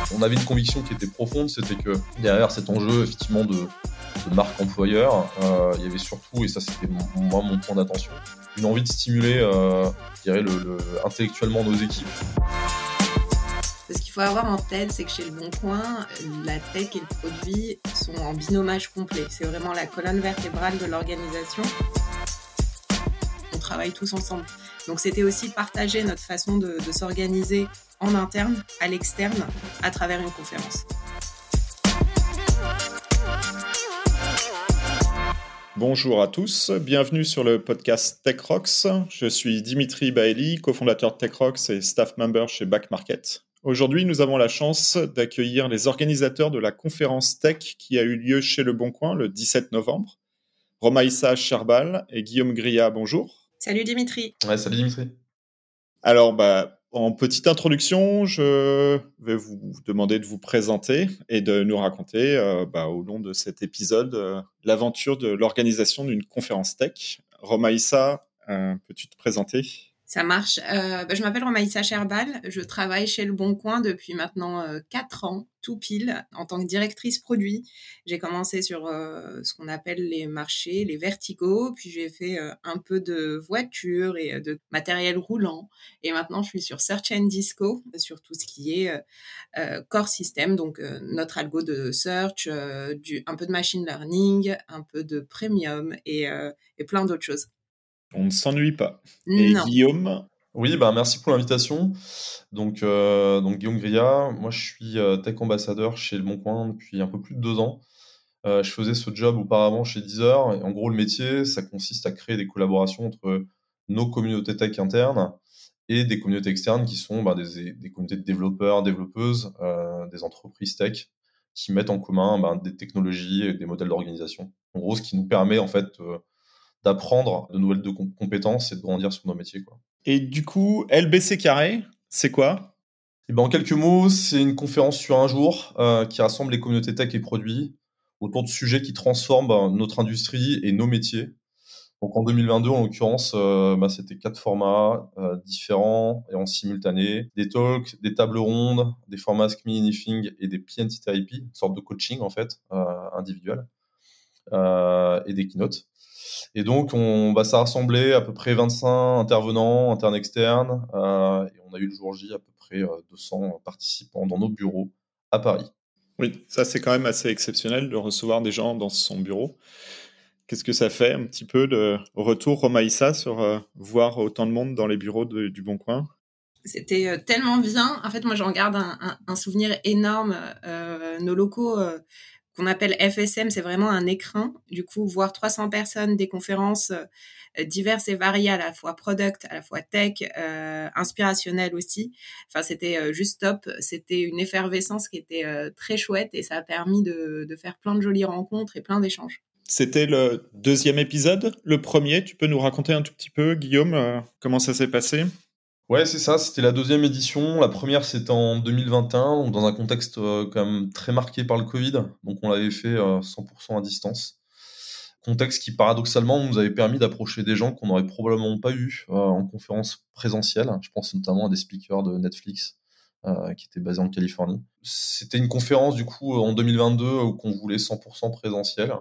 On avait une conviction qui était profonde, c'était que derrière cet enjeu effectivement de marque employeur, il y avait surtout, et ça c'était moi mon point d'attention, une envie de stimuler, je dirais, intellectuellement nos équipes. Ce qu'il faut avoir en tête, c'est que chez Le Bon Coin, la tech et le produit sont en binomage complet. C'est vraiment la colonne vertébrale de l'organisation. On travaille tous ensemble. Donc c'était aussi partager notre façon de s'organiser en interne, à l'externe, à travers une conférence. Bonjour à tous, bienvenue sur le podcast Tech Rocks. Je suis Dimitri Baeli, cofondateur de Tech Rocks et staff member chez Back Market. Aujourd'hui, nous avons la chance d'accueillir les organisateurs de la conférence Tech qui a eu lieu chez Le Bon Coin le 17 novembre. Romaïssa Sherbal et Guillaume Gria, bonjour. Salut Dimitri. Ouais, salut Dimitri. Alors, en petite introduction, je vais vous demander de vous présenter et de nous raconter au long de cet épisode l'aventure de l'organisation d'une conférence tech. Romaïssa, peux-tu te présenter ? Ça marche. Je m'appelle Romaïssa Sherbal. Je travaille chez Le Bon Coin depuis maintenant 4 ans, tout pile, en tant que directrice produit. J'ai commencé sur ce qu'on appelle les marchés, les verticaux, puis j'ai fait un peu de voitures et de matériel roulant. Et maintenant, je suis sur Search and Disco, sur tout ce qui est core system, donc notre algo de search, un peu de machine learning, un peu de premium et plein d'autres choses. On ne s'ennuie pas. Et Non. Guillaume ? Oui, merci pour l'invitation. Donc Guillaume Gria, moi je suis tech ambassadeur chez Le Bon Coin depuis un peu plus de 2 ans. Je faisais ce job auparavant chez Deezer. Et en gros, le métier, ça consiste à créer des collaborations entre nos communautés tech internes et des communautés externes qui sont des communautés de développeurs, développeuses, des entreprises tech qui mettent en commun des technologies et des modèles d'organisation. En gros, ce qui nous permet en fait d'apprendre de nouvelles compétences et de grandir sur nos métiers, quoi. Et du coup, LBC Carré, c'est quoi ? Et en quelques mots, c'est une conférence sur un jour qui rassemble les communautés tech et produits autour de sujets qui transforment notre industrie et nos métiers. Donc en 2022, en l'occurrence, c'était 4 formats différents et en simultané. Des talks, des tables rondes, des formats Ask Me Anything et des PNTTIP, une sorte de coaching en fait, individuel, et des keynotes. Et donc, ça a rassemblé à peu près 25 intervenants, internes, externes, et on a eu le jour J à peu près 200 participants dans nos bureaux à Paris. Oui, ça c'est quand même assez exceptionnel de recevoir des gens dans son bureau. Qu'est-ce que ça fait un petit peu de retour, Romaïssa, sur voir autant de monde dans les bureaux du Bon Coin ? C'était tellement bien. En fait, moi, j'en garde un souvenir énorme. Nos locaux qu'on appelle FSM, c'est vraiment un écrin. Du coup, voir 300 personnes, des conférences diverses et variées, à la fois product, à la fois tech, inspirationnelles aussi. Enfin, c'était juste top. C'était une effervescence qui était très chouette et ça a permis de faire plein de jolies rencontres et plein d'échanges. C'était le 2e épisode. Le premier, tu peux nous raconter un tout petit peu, Guillaume, comment ça s'est passé ? Ouais, c'est ça, c'était la 2e édition. La première, c'était en 2021, donc dans un contexte quand même très marqué par le Covid. Donc on l'avait fait 100% à distance. Contexte qui, paradoxalement, nous avait permis d'approcher des gens qu'on n'aurait probablement pas eu en conférence présentielle. Je pense notamment à des speakers de Netflix qui étaient basés en Californie. C'était une conférence, du coup, en 2022, qu'on voulait 100% présentiel.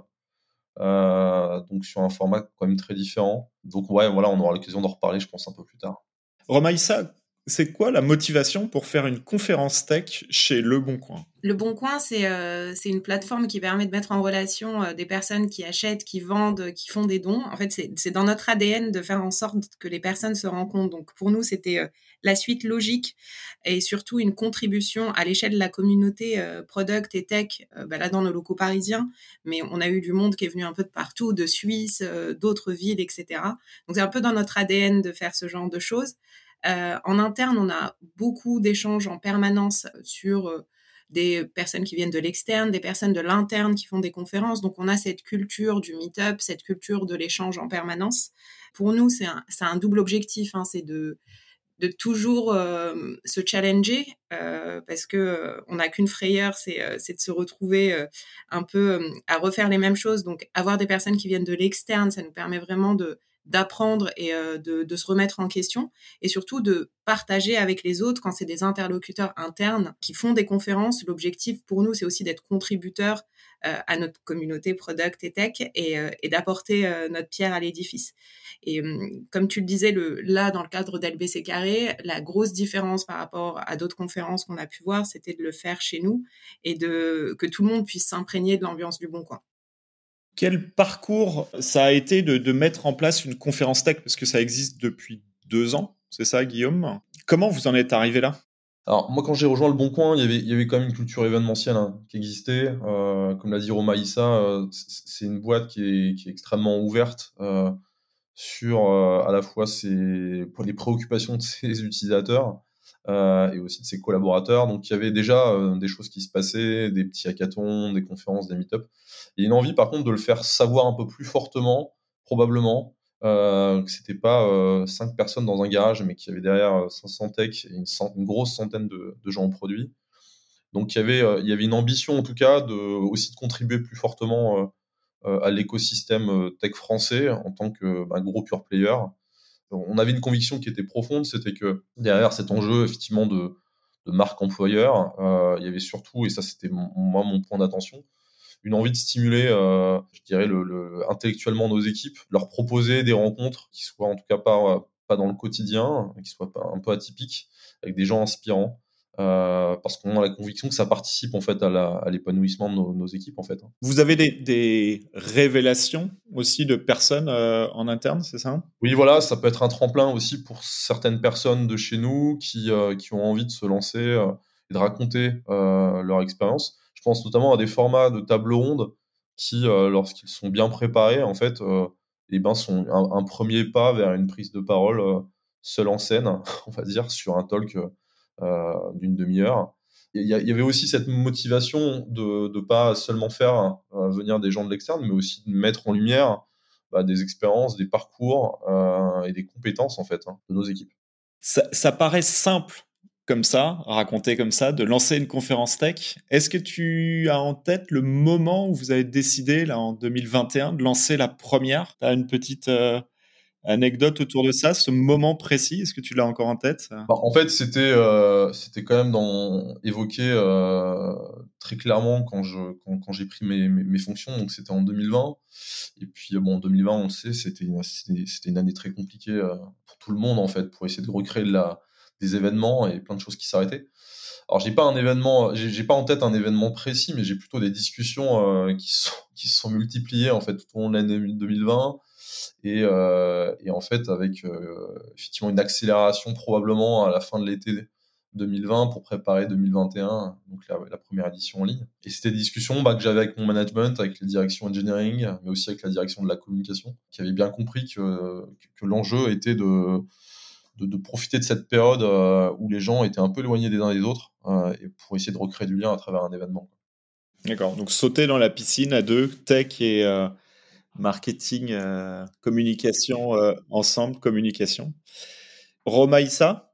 Donc sur un format quand même très différent. Donc ouais, voilà, on aura l'occasion d'en reparler, je pense, un peu plus tard. Romaïssa, c'est quoi la motivation pour faire une conférence tech chez Le Bon Coin ? Le Bon Coin, c'est une plateforme qui permet de mettre en relation des personnes qui achètent, qui vendent, qui font des dons. En fait, c'est dans notre ADN de faire en sorte que les personnes se rencontrent. Donc, pour nous, c'était la suite logique et surtout une contribution à l'échelle de la communauté product et tech, là, dans nos locaux parisiens. Mais on a eu du monde qui est venu un peu de partout, de Suisse, d'autres villes, etc. Donc, c'est un peu dans notre ADN de faire ce genre de choses. En interne, on a beaucoup d'échanges en permanence sur des personnes qui viennent de l'externe, des personnes de l'interne qui font des conférences. Donc, on a cette culture du meet-up, cette culture de l'échange en permanence. Pour nous, c'est un double objectif, c'est de toujours se challenger parce que on n'a qu'une frayeur, c'est de se retrouver un peu à refaire les mêmes choses. Donc, avoir des personnes qui viennent de l'externe, ça nous permet vraiment d'apprendre et de se remettre en question, et surtout de partager avec les autres quand c'est des interlocuteurs internes qui font des conférences. L'objectif pour nous, c'est aussi d'être contributeurs à notre communauté product et tech, et d'apporter notre pierre à l'édifice. Et comme tu le disais, là, dans le cadre d'LBC Carré, la grosse différence par rapport à d'autres conférences qu'on a pu voir, c'était de le faire chez nous et que tout le monde puisse s'imprégner de l'ambiance du Bon Coin. Quel parcours ça a été de mettre en place une conférence tech, parce que ça existe depuis 2 ans, c'est ça, Guillaume? Comment vous en êtes arrivé là? Alors moi, quand j'ai rejoint le Bon Coin, il y avait quand même une culture événementielle qui existait. Comme l'a dit Romaïssa, c'est une boîte qui est extrêmement ouverte sur à la fois pour les préoccupations de ses utilisateurs et aussi de ses collaborateurs. Donc il y avait déjà des choses qui se passaient, des petits hackathons, des conférences, des meet-up. Et une envie par contre de le faire savoir un peu plus fortement, probablement, que c'était pas 5 personnes dans un garage, mais qu'il y avait derrière 500 techs et une grosse centaine de gens au produit. Donc il y avait une ambition en tout cas aussi de contribuer plus fortement à l'écosystème tech français en tant que gros pure player. On avait une conviction qui était profonde, c'était que derrière cet enjeu effectivement de marque employeur, il y avait surtout, et ça c'était mon point d'attention, une envie de stimuler, je dirais, intellectuellement nos équipes, leur proposer des rencontres qui soient en tout cas pas dans le quotidien, qui soient pas un peu atypiques, avec des gens inspirants. Parce qu'on a la conviction que ça participe en fait à l'épanouissement de nos équipes en fait. Vous avez des révélations aussi de personnes en interne, c'est ça? Oui, voilà, ça peut être un tremplin aussi pour certaines personnes de chez nous qui ont envie de se lancer et de raconter leur expérience. Je pense notamment à des formats de table ronde qui, lorsqu'ils sont bien préparés, en fait, sont un premier pas vers une prise de parole seule en scène, on va dire, sur un talk d'une demi-heure. Il y avait aussi cette motivation de pas seulement faire venir des gens de l'externe, mais aussi de mettre en lumière des expériences, des parcours et des compétences en fait de nos équipes. Ça paraît simple comme ça, raconté comme ça, de lancer une conférence tech. Est-ce que tu as en tête le moment où vous avez décidé, là, en 2021, de lancer la première? Tu as une petite anecdote autour de ça, ce moment précis? Est-ce que tu l'as encore en tête? En fait, c'était quand même évoqué très clairement quand j'ai pris mes fonctions, donc c'était en 2020. Et puis bon, en 2020, on le sait, c'était une année très compliquée pour tout le monde en fait, pour essayer de recréer des événements et plein de choses qui s'arrêtaient. Alors j'ai pas en tête un événement précis, mais j'ai plutôt des discussions qui se sont multipliées en fait tout au long de l'année 2020. Et en fait, avec effectivement une accélération probablement à la fin de l'été 2020 pour préparer 2021, donc la première édition en ligne. Et c'était des discussions que j'avais avec mon management, avec les directions engineering, mais aussi avec la direction de la communication, qui avait bien compris que l'enjeu était de profiter de cette période où les gens étaient un peu éloignés des uns des autres et pour essayer de recréer du lien à travers un événement. D'accord, donc sauter dans la piscine à deux, tech et marketing, communication, ensemble, communication. Romaïssa,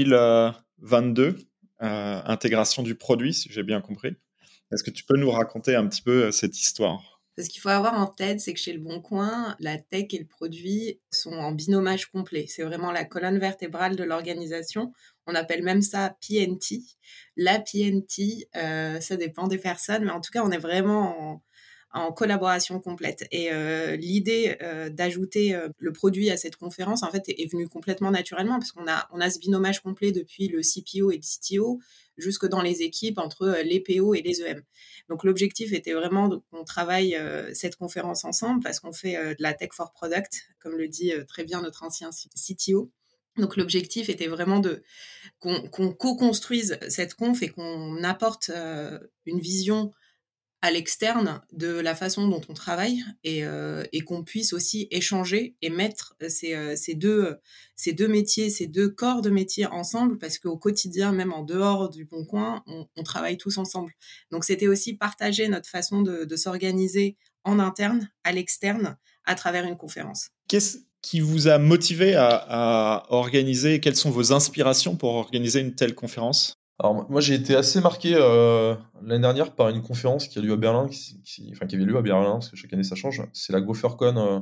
2022, intégration du produit, si j'ai bien compris. Est-ce que tu peux nous raconter un petit peu cette histoire? Ce qu'il faut avoir en tête, c'est que chez Le Bon Coin, la tech et le produit sont en binomage complet. C'est vraiment la colonne vertébrale de l'organisation. On appelle même ça PNT. La PNT, ça dépend des personnes, mais en tout cas, on est vraiment en collaboration complète. Et l'idée d'ajouter le produit à cette conférence, en fait, est venue complètement naturellement, parce qu'on a ce binomage complet depuis le CPO et le CTO, jusque dans les équipes entre les PO et les EM. Donc l'objectif était vraiment qu'on travaille cette conférence ensemble, parce qu'on fait de la tech for product, comme le dit très bien notre ancien CTO. Donc l'objectif était vraiment qu'on co-construise cette conf et qu'on apporte une vision à l'externe de la façon dont on travaille, et qu'on puisse aussi échanger et mettre ces deux métiers, ces deux corps de métier ensemble, parce qu'au quotidien, même en dehors du Bon Coin, on travaille tous ensemble. Donc c'était aussi partager notre façon de s'organiser en interne, à l'externe, à travers une conférence. Qu'est-ce qui vous a motivé à organiser? Quelles sont vos inspirations pour organiser une telle conférence? Alors moi j'ai été assez marqué l'année dernière par une conférence qui a lieu à Berlin, qui avait lieu à Berlin, parce que chaque année ça change. C'est la GopherCon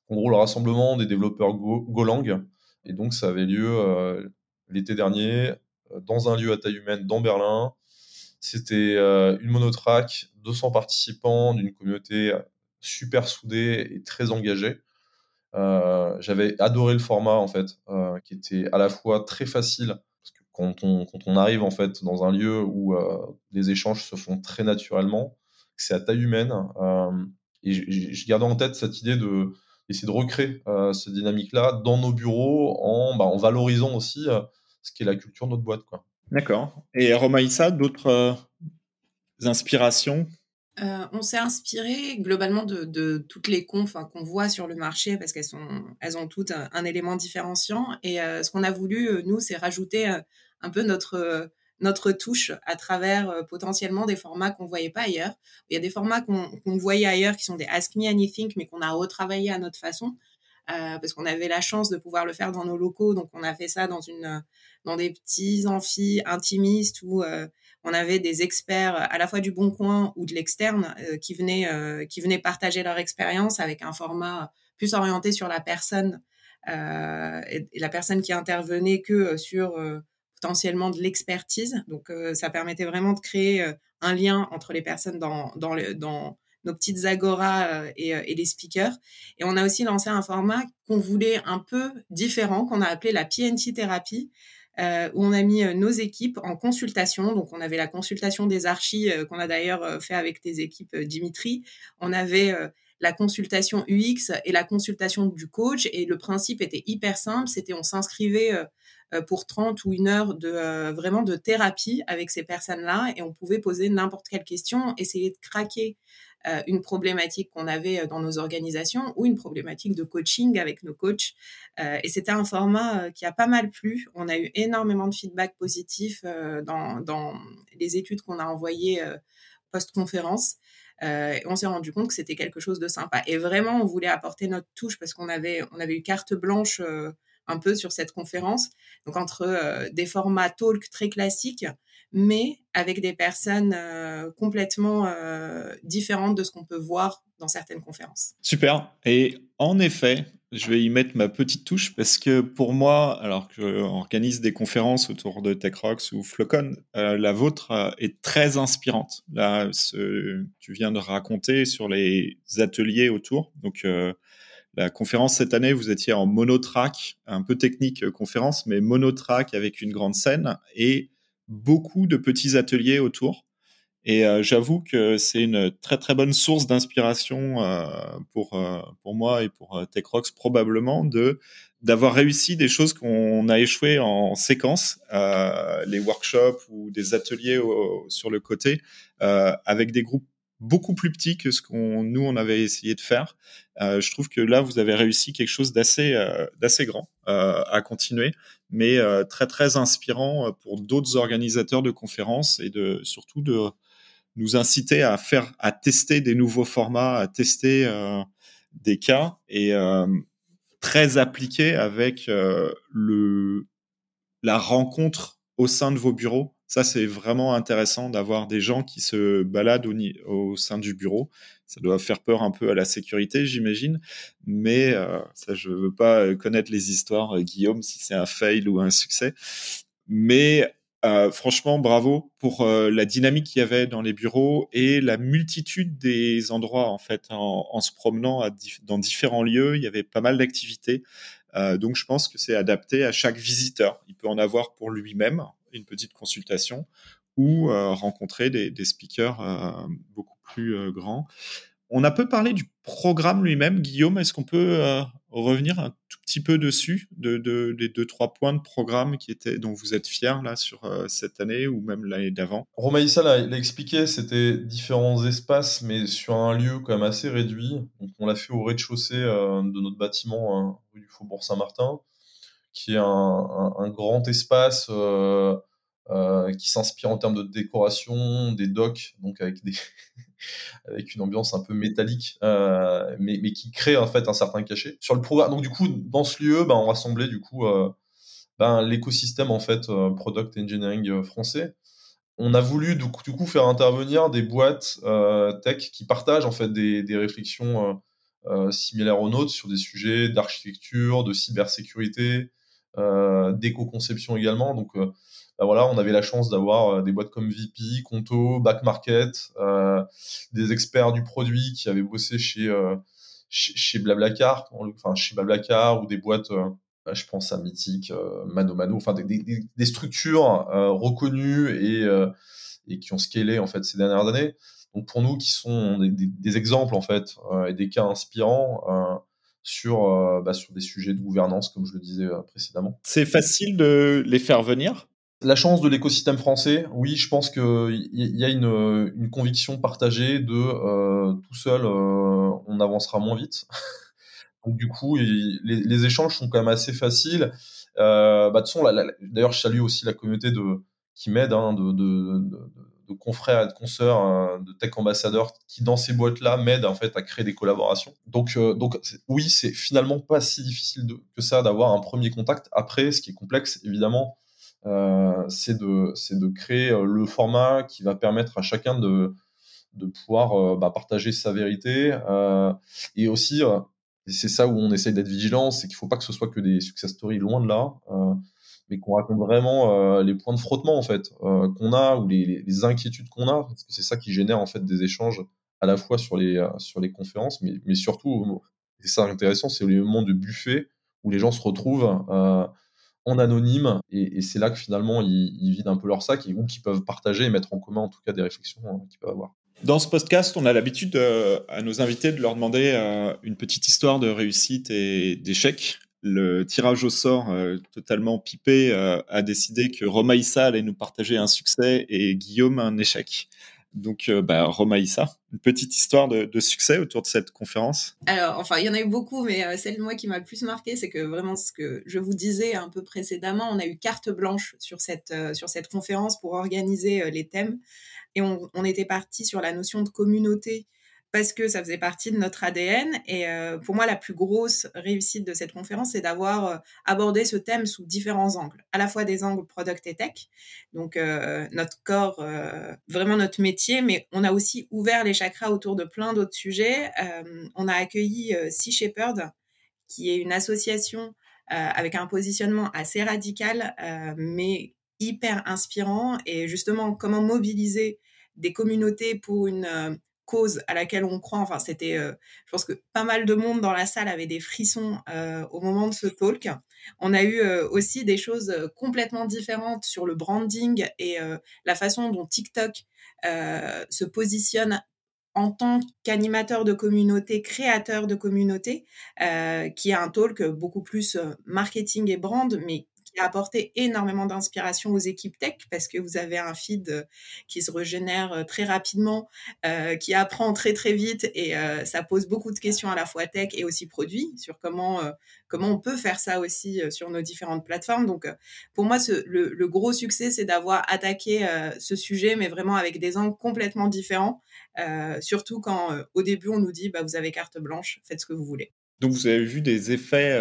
en gros le rassemblement des développeurs Golang. Et donc ça avait lieu l'été dernier dans un lieu à taille humaine dans Berlin. C'était une monotrack, 200 participants d'une communauté super soudée et très engagée. J'avais adoré le format en fait, qui était à la fois très facile parce que quand on arrive en fait dans un lieu où les échanges se font très naturellement, c'est à taille humaine, et je gardais en tête cette idée d'essayer de recréer cette dynamique-là dans nos bureaux en valorisant aussi ce qui est la culture de notre boîte, quoi. D'accord. Et Romaïssa, d'autres inspirations? On s'est inspiré globalement de toutes les confs qu'on voit sur le marché parce elles ont toutes un élément différenciant. Et ce qu'on a voulu, nous, c'est rajouter un peu notre touche à travers potentiellement des formats qu'on voyait pas ailleurs. Il y a des formats qu'on voyait ailleurs qui sont des Ask Me Anything, mais qu'on a retravaillé à notre façon. Parce qu'on avait la chance de pouvoir le faire dans nos locaux, donc on a fait ça dans des petits amphis intimistes où on avait des experts à la fois du Bon Coin ou de l'externe qui venaient partager leur expérience avec un format plus orienté sur la personne et la personne qui intervenait que sur potentiellement de l'expertise. Donc ça permettait vraiment de créer un lien entre les personnes dans nos petites agoras et les speakers. Et on a aussi lancé un format qu'on voulait un peu différent, qu'on a appelé la PNT thérapie, où on a mis nos équipes en consultation. Donc, on avait la consultation des archis qu'on a d'ailleurs fait avec tes équipes, Dimitri. On avait la consultation UX et la consultation du coach. Et le principe était hyper simple. C'était on s'inscrivait pour 30 ou une heure vraiment de thérapie avec ces personnes-là et on pouvait poser n'importe quelle question, essayer de craquer une problématique qu'on avait dans nos organisations ou une problématique de coaching avec nos coachs. Et c'était un format qui a pas mal plu. On a eu énormément de feedback positif dans les études qu'on a envoyées post-conférence. Et on s'est rendu compte que c'était quelque chose de sympa. Et vraiment, on voulait apporter notre touche parce qu'on avait eu carte blanche un peu sur cette conférence. Donc, entre des formats talk très classiques, mais avec des personnes complètement différentes de ce qu'on peut voir dans certaines conférences. Super. Et en effet, je vais y mettre ma petite touche parce que pour moi, alors que j'organise des conférences autour de TechRox ou Flocon, la vôtre est très inspirante. Là, tu viens de raconter sur les ateliers autour. Donc, la conférence cette année, vous étiez en monotrack, un peu technique conférence, mais monotrack avec une grande scène et beaucoup de petits ateliers autour. Et j'avoue que c'est une très très bonne source d'inspiration pour moi et pour TechRox probablement d'avoir réussi des choses qu'on a échoué en séquence, les workshops ou des ateliers sur le côté, avec des groupes beaucoup plus petits que ce nous on avait essayé de faire. Je trouve que là vous avez réussi quelque chose d'assez grand à continuer, mais très très inspirant pour d'autres organisateurs de conférences et surtout de nous inciter à tester des nouveaux formats, à tester des cas et très appliqué avec la rencontre au sein de vos bureaux. Ça, c'est vraiment intéressant d'avoir des gens qui se baladent au sein du bureau. Ça doit faire peur un peu à la sécurité, j'imagine. Mais ça, je veux pas connaître les histoires, Guillaume, si c'est un fail ou un succès. Mais franchement, bravo pour la dynamique qu'il y avait dans les bureaux et la multitude des endroits, en fait, en se promenant dans différents lieux. Il y avait pas mal d'activités. Donc, je pense que c'est adapté à chaque visiteur. Il peut en avoir pour lui-même, une petite consultation, ou rencontrer des speakers beaucoup plus grands. On a peu parlé du programme lui-même. Guillaume, est-ce qu'on peut revenir un tout petit peu dessus, des 2-3 points de programme dont vous êtes fiers là, sur cette année ou même l'année d'avant? Romaïssa l'a expliqué, c'était différents espaces, mais sur un lieu quand même assez réduit. Donc, on l'a fait au rez-de-chaussée de notre bâtiment, rue du Faubourg Saint-Martin, qui est un grand espace qui s'inspire en termes de décoration, des docks, donc avec avec une ambiance un peu métallique, mais qui crée en fait un certain cachet. Sur le programme, donc du coup, dans ce lieu, on rassemblait du coup l'écosystème en fait product engineering français. On a voulu du coup faire intervenir des boîtes tech qui partagent en fait des réflexions similaires aux nôtres sur des sujets d'architecture, de cybersécurité, d'éco-conception également. Donc voilà, on avait la chance d'avoir des boîtes comme VP, Conto, Back Market, des experts du produit qui avaient bossé chez Blablacar, chez Blablacar ou des boîtes, je pense à Mythic, Mano Mano, enfin des structures reconnues et qui ont scalé en fait ces dernières années. Donc pour nous qui sont des exemples en fait et des cas inspirants sur des sujets de gouvernance comme je le disais précédemment. C'est facile de les faire venir? La chance de l'écosystème français, oui, je pense qu'il y a une conviction partagée de tout seul, on avancera moins vite. Donc du coup, les échanges sont quand même assez faciles. De toute façon, d'ailleurs, je salue aussi la communauté qui m'aide, de confrères et de consoeurs, de tech ambassadeurs qui, dans ces boîtes-là, m'aident en fait à créer des collaborations. Donc oui, c'est finalement pas si difficile que ça d'avoir un premier contact. Après, ce qui est complexe, évidemment, c'est de créer le format qui va permettre à chacun de pouvoir partager sa vérité et aussi et c'est ça où on essaye d'être vigilant, c'est qu'il faut pas que ce soit que des success stories, loin de là, mais qu'on raconte vraiment les points de frottement en fait qu'on a ou les inquiétudes qu'on a, parce que c'est ça qui génère en fait des échanges à la fois sur les conférences, mais surtout, c'est ça intéressant, c'est les moments de buffet où les gens se retrouvent en anonyme et c'est là que finalement ils vident un peu leur sac ou qu'ils peuvent partager et mettre en commun en tout cas des réflexions qu'ils peuvent avoir. Dans ce podcast, on a l'habitude à nos invités de leur demander une petite histoire de réussite et d'échec. Le tirage au sort totalement pipé a décidé que Romaïssa allait nous partager un succès et Guillaume un échec. Donc, Romaïssa, une petite histoire de succès autour de cette conférence. Alors, enfin, il y en a eu beaucoup, mais celle de moi qui m'a le plus marqué, c'est que vraiment ce que je vous disais un peu précédemment, on a eu carte blanche sur cette conférence pour organiser les thèmes. Et on était parti sur la notion de communauté parce que ça faisait partie de notre ADN. Et pour moi, la plus grosse réussite de cette conférence, c'est d'avoir abordé ce thème sous différents angles. À la fois des angles product et tech, donc notre corps, vraiment notre métier, mais on a aussi ouvert les chakras autour de plein d'autres sujets. On a accueilli Sea Shepherd, qui est une association avec un positionnement assez radical, mais hyper inspirant. Et justement, comment mobiliser des communautés pour une cause à laquelle on croit. Enfin, c'était, je pense que pas mal de monde dans la salle avait des frissons au moment de ce talk. On a eu aussi des choses complètement différentes sur le branding et la façon dont TikTok se positionne en tant qu'animateur de communauté, créateur de communauté, qui a un talk beaucoup plus marketing et brand, mais qui a apporté énormément d'inspiration aux équipes tech parce que vous avez un feed qui se régénère très rapidement, qui apprend très très vite et ça pose beaucoup de questions à la fois tech et aussi produit sur comment on peut faire ça aussi sur nos différentes plateformes. Donc pour moi, le gros succès, c'est d'avoir attaqué ce sujet, mais vraiment avec des angles complètement différents. Surtout quand au début on nous dit vous avez carte blanche, faites ce que vous voulez. Donc vous avez vu des effets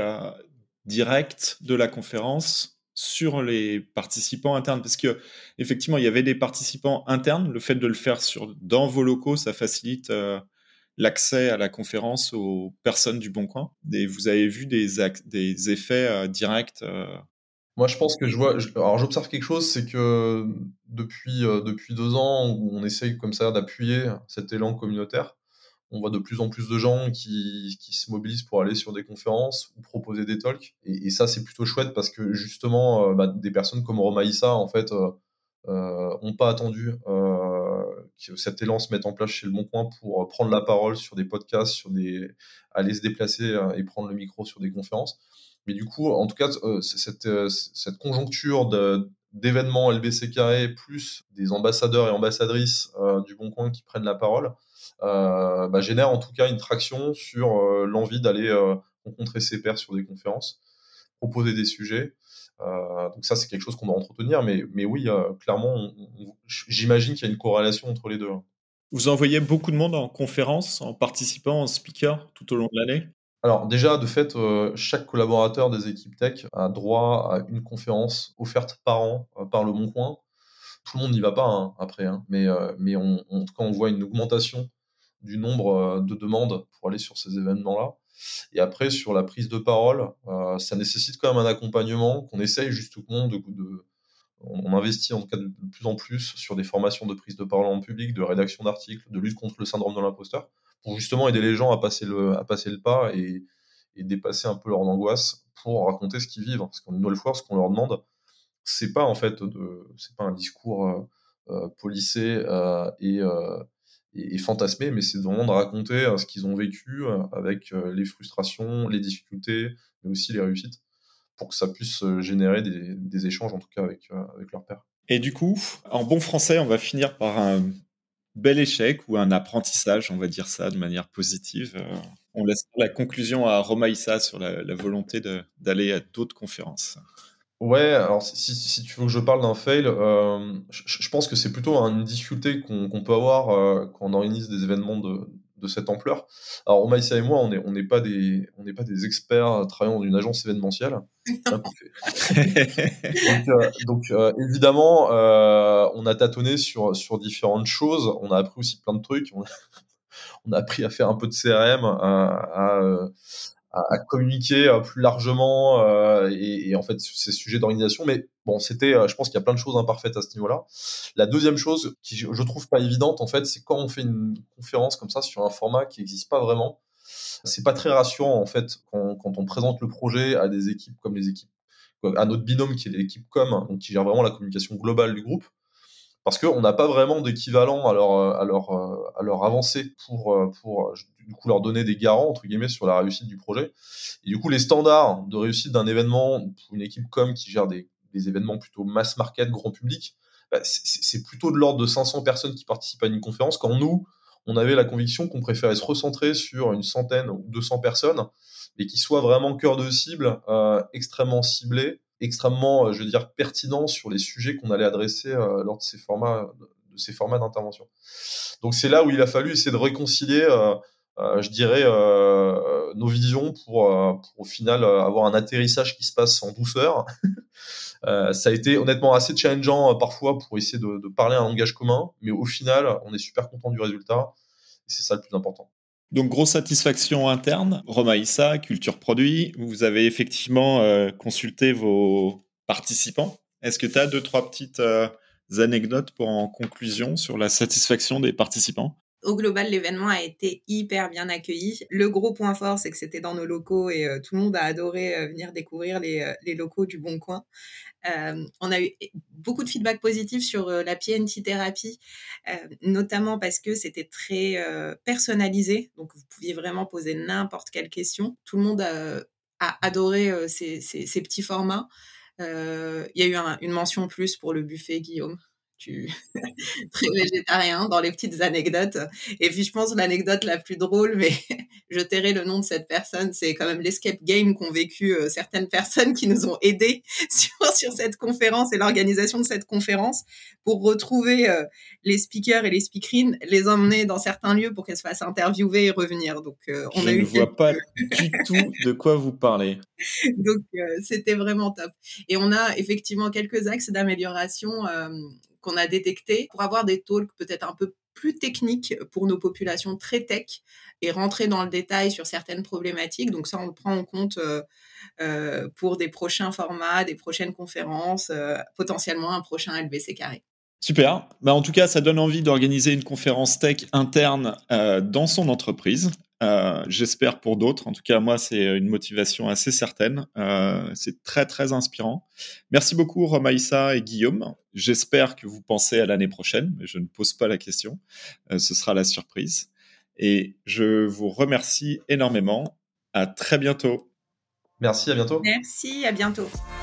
directs de la conférence sur les participants internes, parce que effectivement il y avait des participants internes. Le fait de le faire dans vos locaux, ça facilite l'accès à la conférence aux personnes du Bon Coin. Et vous avez vu des effets directs. Moi, je pense que alors j'observe quelque chose, c'est que depuis 2 ans où on essaye comme ça d'appuyer cet élan communautaire, on voit de plus en plus de gens qui se mobilisent pour aller sur des conférences ou proposer des talks. Et ça, c'est plutôt chouette parce que justement, des personnes comme Romaïssa, en fait, ont pas attendu que cet élan se mette en place chez Le Bon Coin pour prendre la parole sur des podcasts, aller se déplacer et prendre le micro sur des conférences. Mais du coup, en tout cas, cette conjoncture d'événements LBC Carré plus des ambassadeurs et ambassadrices du Bon Coin qui prennent la parole génère en tout cas une traction sur l'envie d'aller rencontrer ses pairs sur des conférences, proposer des sujets. Donc ça, c'est quelque chose qu'on doit entretenir. Mais oui, clairement, j'imagine qu'il y a une corrélation entre les deux. Vous envoyez beaucoup de monde en conférence, en participant, en speaker tout au long de l'année? Alors déjà, de fait, chaque collaborateur des équipes tech a droit à une conférence offerte par an par Le Bon Coin. Tout le monde n'y va pas après, hein, mais en tout cas, on voit une augmentation du nombre de demandes pour aller sur ces événements-là. Et après, sur la prise de parole, ça nécessite quand même un accompagnement qu'on essaye justement on investit en tout cas de plus en plus sur des formations de prise de parole en public, de rédaction d'articles, de lutte contre le syndrome de l'imposteur, pour justement aider les gens à passer le pas et dépasser un peu leur angoisse pour raconter ce qu'ils vivent. Parce qu'une nouvelle fois, ce qu'on leur demande, c'est pas un discours policé et fantasmé, mais c'est vraiment de raconter ce qu'ils ont vécu avec les frustrations, les difficultés, mais aussi les réussites, pour que ça puisse générer des échanges, en tout cas avec leur père. Et du coup, en bon français, on va finir par un bel échec ou un apprentissage, on va dire ça de manière positive. On laisse la conclusion à Romaïssa sur la volonté d'aller à d'autres conférences. Ouais, alors si tu veux que je parle d'un fail, je pense que c'est plutôt une difficulté qu'on peut avoir quand on organise des événements de cette ampleur. Alors Omaïssa et moi, on n'est pas des experts travaillant dans une agence événementielle. Donc évidemment, on a tâtonné sur différentes choses. On a appris aussi plein de trucs. On a appris à faire un peu de CRM, à communiquer plus largement et en fait sur ces sujets d'organisation. Mais bon, je pense qu'il y a plein de choses imparfaites à ce niveau-là. La deuxième chose qui je trouve pas évidente, en fait, c'est quand on fait une conférence comme ça sur un format qui n'existe pas vraiment. C'est pas très rassurant, en fait, quand on présente le projet à des équipes comme à notre binôme qui est l'équipe com, donc qui gère vraiment la communication globale du groupe, parce qu'on n'a pas vraiment d'équivalent à leur avancer pour du coup leur donner des garants entre guillemets sur la réussite du projet. Et du coup, les standards de réussite d'un événement pour une équipe com qui gère des événements plutôt mass market, grand public, c'est plutôt de l'ordre de 500 personnes qui participent à une conférence, quand nous, on avait la conviction qu'on préférait se recentrer sur une centaine ou 200 personnes et qui soient vraiment cœur de cible, extrêmement ciblés, extrêmement, je veux dire, pertinent sur les sujets qu'on allait adresser lors de ces formats d'intervention. Donc c'est là où il a fallu essayer de réconcilier, je dirais, nos visions pour au final avoir un atterrissage qui se passe en douceur. Ça a été honnêtement assez challengeant parfois pour essayer de parler un langage commun, mais au final, on est super content du résultat et c'est ça le plus important. Donc, grosse satisfaction interne. Romaïssa, Culture Produit, vous avez effectivement consulté vos participants. Est-ce que tu as 2-3 petites anecdotes pour en conclusion sur la satisfaction des participants ? Au global, l'événement a été hyper bien accueilli. Le gros point fort, c'est que c'était dans nos locaux et tout le monde a adoré venir découvrir les locaux du Bon Coin. On a eu beaucoup de feedback positif sur la PNT thérapie, notamment parce que c'était très personnalisé. Donc, vous pouviez vraiment poser n'importe quelle question. Tout le monde a adoré ces petits formats. Il y a eu une mention plus pour le buffet, Guillaume. Très végétarien dans les petites anecdotes. Et puis, je pense l'anecdote la plus drôle, mais je tairai le nom de cette personne, c'est quand même l'escape game qu'ont vécu certaines personnes qui nous ont aidés sur cette conférence et l'organisation de cette conférence pour retrouver les speakers et les speakerines, les emmener dans certains lieux pour qu'elles se fassent interviewer et revenir. Donc, je ne vois pas du tout de quoi vous parlez. Donc, c'était vraiment top. Et on a effectivement quelques axes d'amélioration qu'on a détectés pour avoir des talks peut-être un peu plus techniques pour nos populations très tech et rentrer dans le détail sur certaines problématiques. Donc ça, on le prend en compte pour des prochains formats, des prochaines conférences, potentiellement un prochain LBC Carré. Super. En tout cas, ça donne envie d'organiser une conférence tech interne dans son entreprise. J'espère pour d'autres. En tout cas, moi, c'est une motivation assez certaine. C'est très, très inspirant. Merci beaucoup, Romaïssa et Guillaume. J'espère que vous pensez à l'année prochaine, mais je ne pose pas la question. Ce sera la surprise. Et je vous remercie énormément. À très bientôt. Merci, à bientôt. Merci, à bientôt.